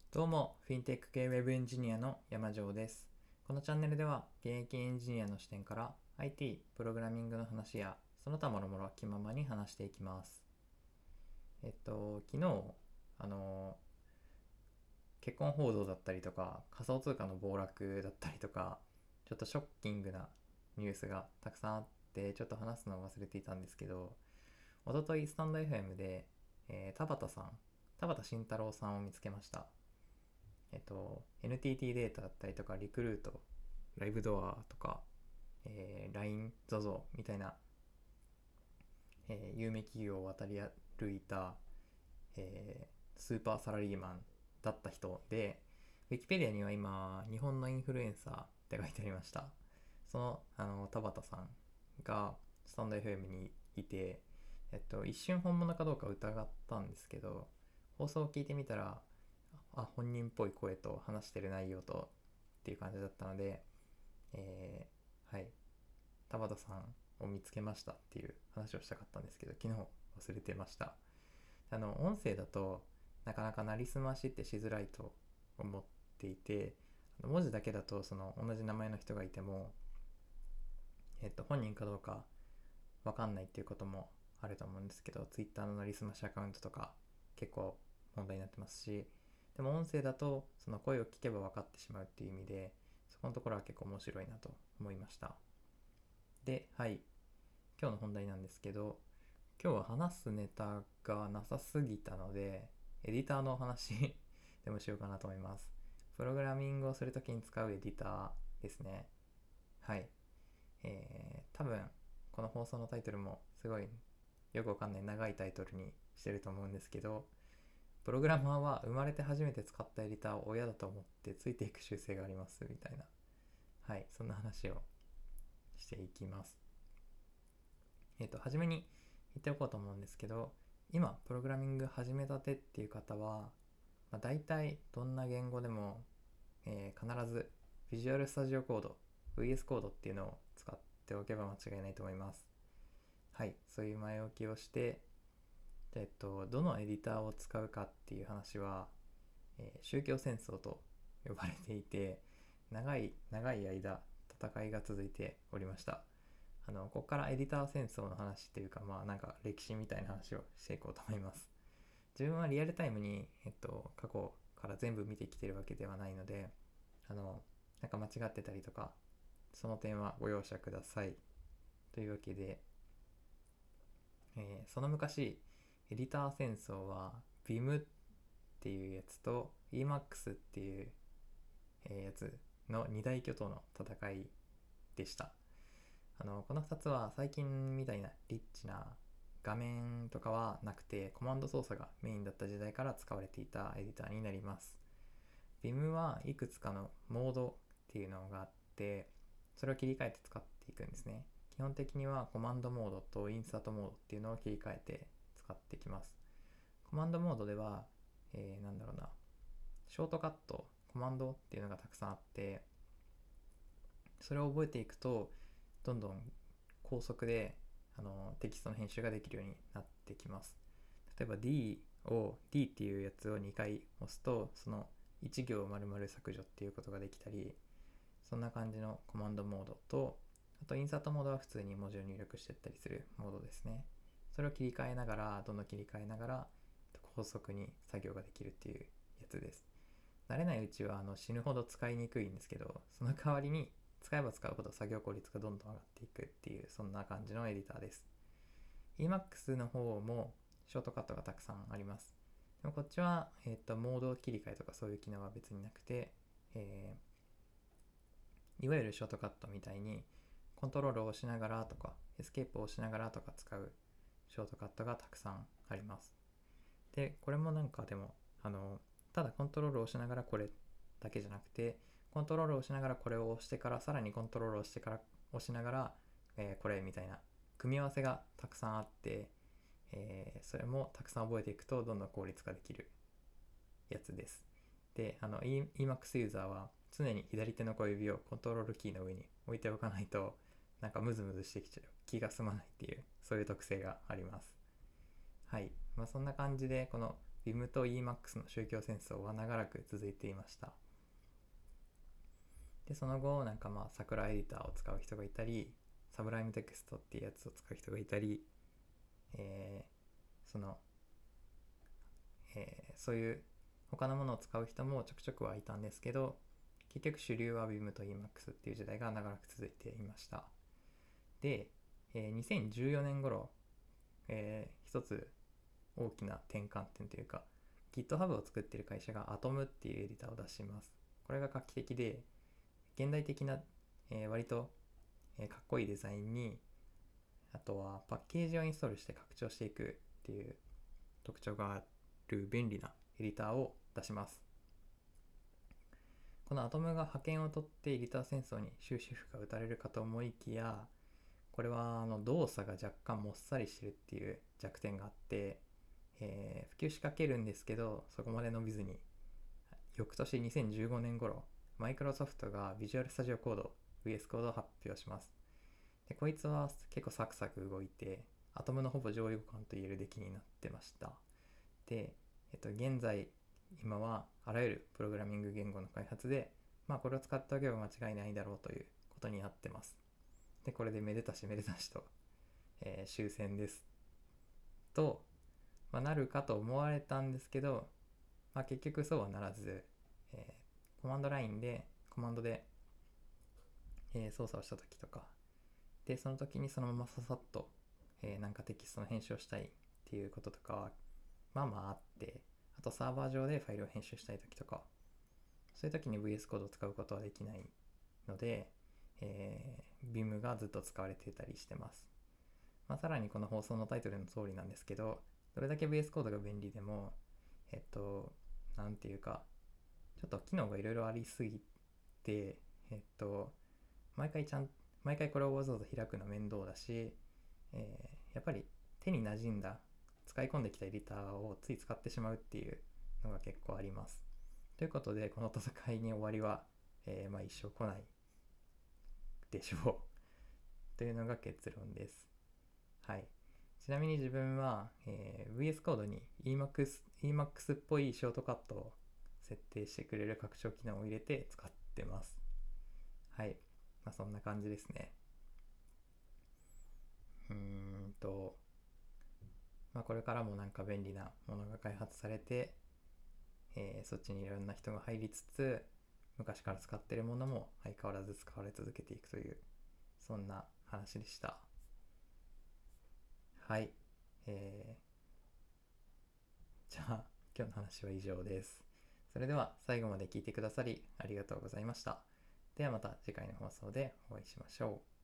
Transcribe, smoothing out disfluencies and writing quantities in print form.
どうも、フィンテック系ウェブエンジニアの山城です。このチャンネルでは、現役エンジニアの視点から IT、プログラミングの話や、その他諸々気ままに話していきます。昨日、あの、結婚報道だったりとか、仮想通貨の暴落だったりとか、ちょっとショッキングなニュースがたくさんあって、ちょっと話すのを忘れていたんですけど、一昨日スタンド FM で、田畑慎太郎さんを見つけました。NTT データだったりとか、リクルート、ライブドアとか、LINE、ZOZO みたいな、有名企業を渡り歩いた、スーパーサラリーマンだった人で、ウィキペディアには今、日本のインフルエンサーって書いてありました。田畑さんがスタンド FM にいて、一瞬本物かどうか疑ったんですけど、放送を聞いてみたら、本人っぽい声と話してる内容とっていう感じだったので、はい、田畑さんを見つけましたっていう話をしたかったんですけど、昨日忘れてました。音声だとなかなかなりすましってしづらいと思っていて、文字だけだとその同じ名前の人がいても、本人かどうかわかんないっていうこともあると思うんですけど、Twitter のなりすましアカウントとか結構問題になってますし、でも音声だとその声を聞けば分かってしまうっていう意味で、そこのところは結構面白いなと思いました。で、はい、今日の本題なんですけど、今日は話すネタがなさすぎたので、エディターの話でもしようかなと思います。プログラミングをするときに使うエディターですね。はい。多分この放送のタイトルもすごいよくわかんない長いタイトルにしてると思うんですけど、プログラマーは生まれて初めて使ったエディターを親だと思ってついていく習性がありますみたいな、はい、そんな話をしていきます。初めに言っておこうと思うんですけど、今プログラミング始めたてっていう方は、大体どんな言語でも、必ず Visual Studio Code、VS コードっていうのを使っておけば間違いないと思います。はい、そういう前置きをして、どのエディターを使うかっていう話は、宗教戦争と呼ばれていて、長い長い間戦いが続いておりました。ここからエディター戦争の話っていうか、なんか歴史みたいな話をしていこうと思います。自分はリアルタイムに、過去から全部見てきてるわけではないので、なんか間違ってたりとか、その点はご容赦ください。というわけで、その昔、エディター戦争は Vim っていうやつと Emacs っていう、やつの二大巨頭の戦いでした。この2つは最近みたいなリッチな画面とかはなくて、コマンド操作がメインだった時代から使われていたエディターになります。Vim はいくつかのモードっていうのがあって、それを切り替えて使っていくんですね。基本的にはコマンドモードとインサートモードっていうのを切り替えて使ってきます。コマンドモードでは、なんだろうな、ショートカット、コマンドっていうのがたくさんあって、それを覚えていくと、どんどん高速でテキストの編集ができるようになってきます。例えば D っていうやつを2回押すと、その1行丸々削除っていうことができたり、そんな感じのコマンドモードと、あとインサートモードは普通に文字を入力していったりするモードですね。それを切り替えながら、どんどん切り替えながら高速に作業ができるっていうやつです。慣れないうちは死ぬほど使いにくいんですけど、その代わりに使えば使うほど作業効率がどんどん上がっていくっていう、そんな感じのエディターです。Emacs の方もショートカットがたくさんあります。でもこっちは、モード切り替えとかそういう機能は別になくて、いわゆるショートカットみたいにコントロールを押しながらとかエスケープを押しながらとか使うショートカットがたくさんあります。で、これもなんかでも、ただコントロールを押しながらこれだけじゃなくて、コントロールを押しながらこれを押してから、さらにコントロールをしてから押しながら、これみたいな組み合わせがたくさんあって、それもたくさん覚えていくとどんどん効率化できるやつです。で、Emacs ユーザーは常に左手の小指をコントロールキーの上に置いておかないと、なんかムズムズしてきちゃう、気が済まないっていう、そういう特性があります。はい。そんな感じで、この Vim と Emacs の宗教戦争は長らく続いていました。でその後なんか桜エディターを使う人がいたり、サブライムテクストっていうやつを使う人がいたり、その、そういう他のものを使う人もちょくちょくはいたんですけど、結局主流は Vim と Emacs っていう時代が長らく続いていました。で、2014年頃、一つ大きな転換点というか GitHub を作っている会社が Atom っていうエディターを出します。これが画期的で現代的な、割と、かっこいいデザインに、あとはパッケージをインストールして拡張していくっていう特徴がある便利なエディターを出します。このアトムが覇権を取ってエディター戦争に終止符が打たれるかと思いきや、これは動作が若干もっさりしてるっていう弱点があって、普及しかけるんですけどそこまで伸びずに、翌年2015年頃マイクロソフトがビジュアルスタジオコード VS コードを発表します。でこいつは結構サクサク動いてアトムのほぼ上位互換といえる出来になってました。で、現在今はあらゆるプログラミング言語の開発で、これを使っておけば間違いないだろうということになってます。でこれでめでたしめでたしと、終戦ですと、なるかと思われたんですけど、結局そうはならず、コマンドラインでコマンドで、操作をした時とかで、その時にそのままささっと、なんかテキストの編集をしたいっていうこととかはあって、あとサーバー上でファイルを編集したい時とか、そういう時に VS コードを使うことはできないので、Vim がずっと使われていたりしてます。さらにこの放送のタイトルの通りなんですけど、どれだけ VS コードが便利でも、なんていうか、ちょっと機能がいろいろありすぎて、毎回これをわざわざ開くの面倒だし、やっぱり手に馴染んだ使い込んできたエディターをつい使ってしまうっていうのが結構あります。ということでこの戦いに終わりは、一生来ないでしょうというのが結論です。はい。ちなみに自分は、VS コードに Emacs っぽいショートカットを設定してくれる拡張機能を入れて使ってます。はい。そんな感じですね。これからもなんか便利なものが開発されて、そっちにいろんな人が入りつつ、昔から使っているものも相変わらず使われ続けていくという、そんな話でした。はい。じゃあ今日の話は以上です。それでは最後まで聞いてくださりありがとうございました。ではまた次回の放送でお会いしましょう。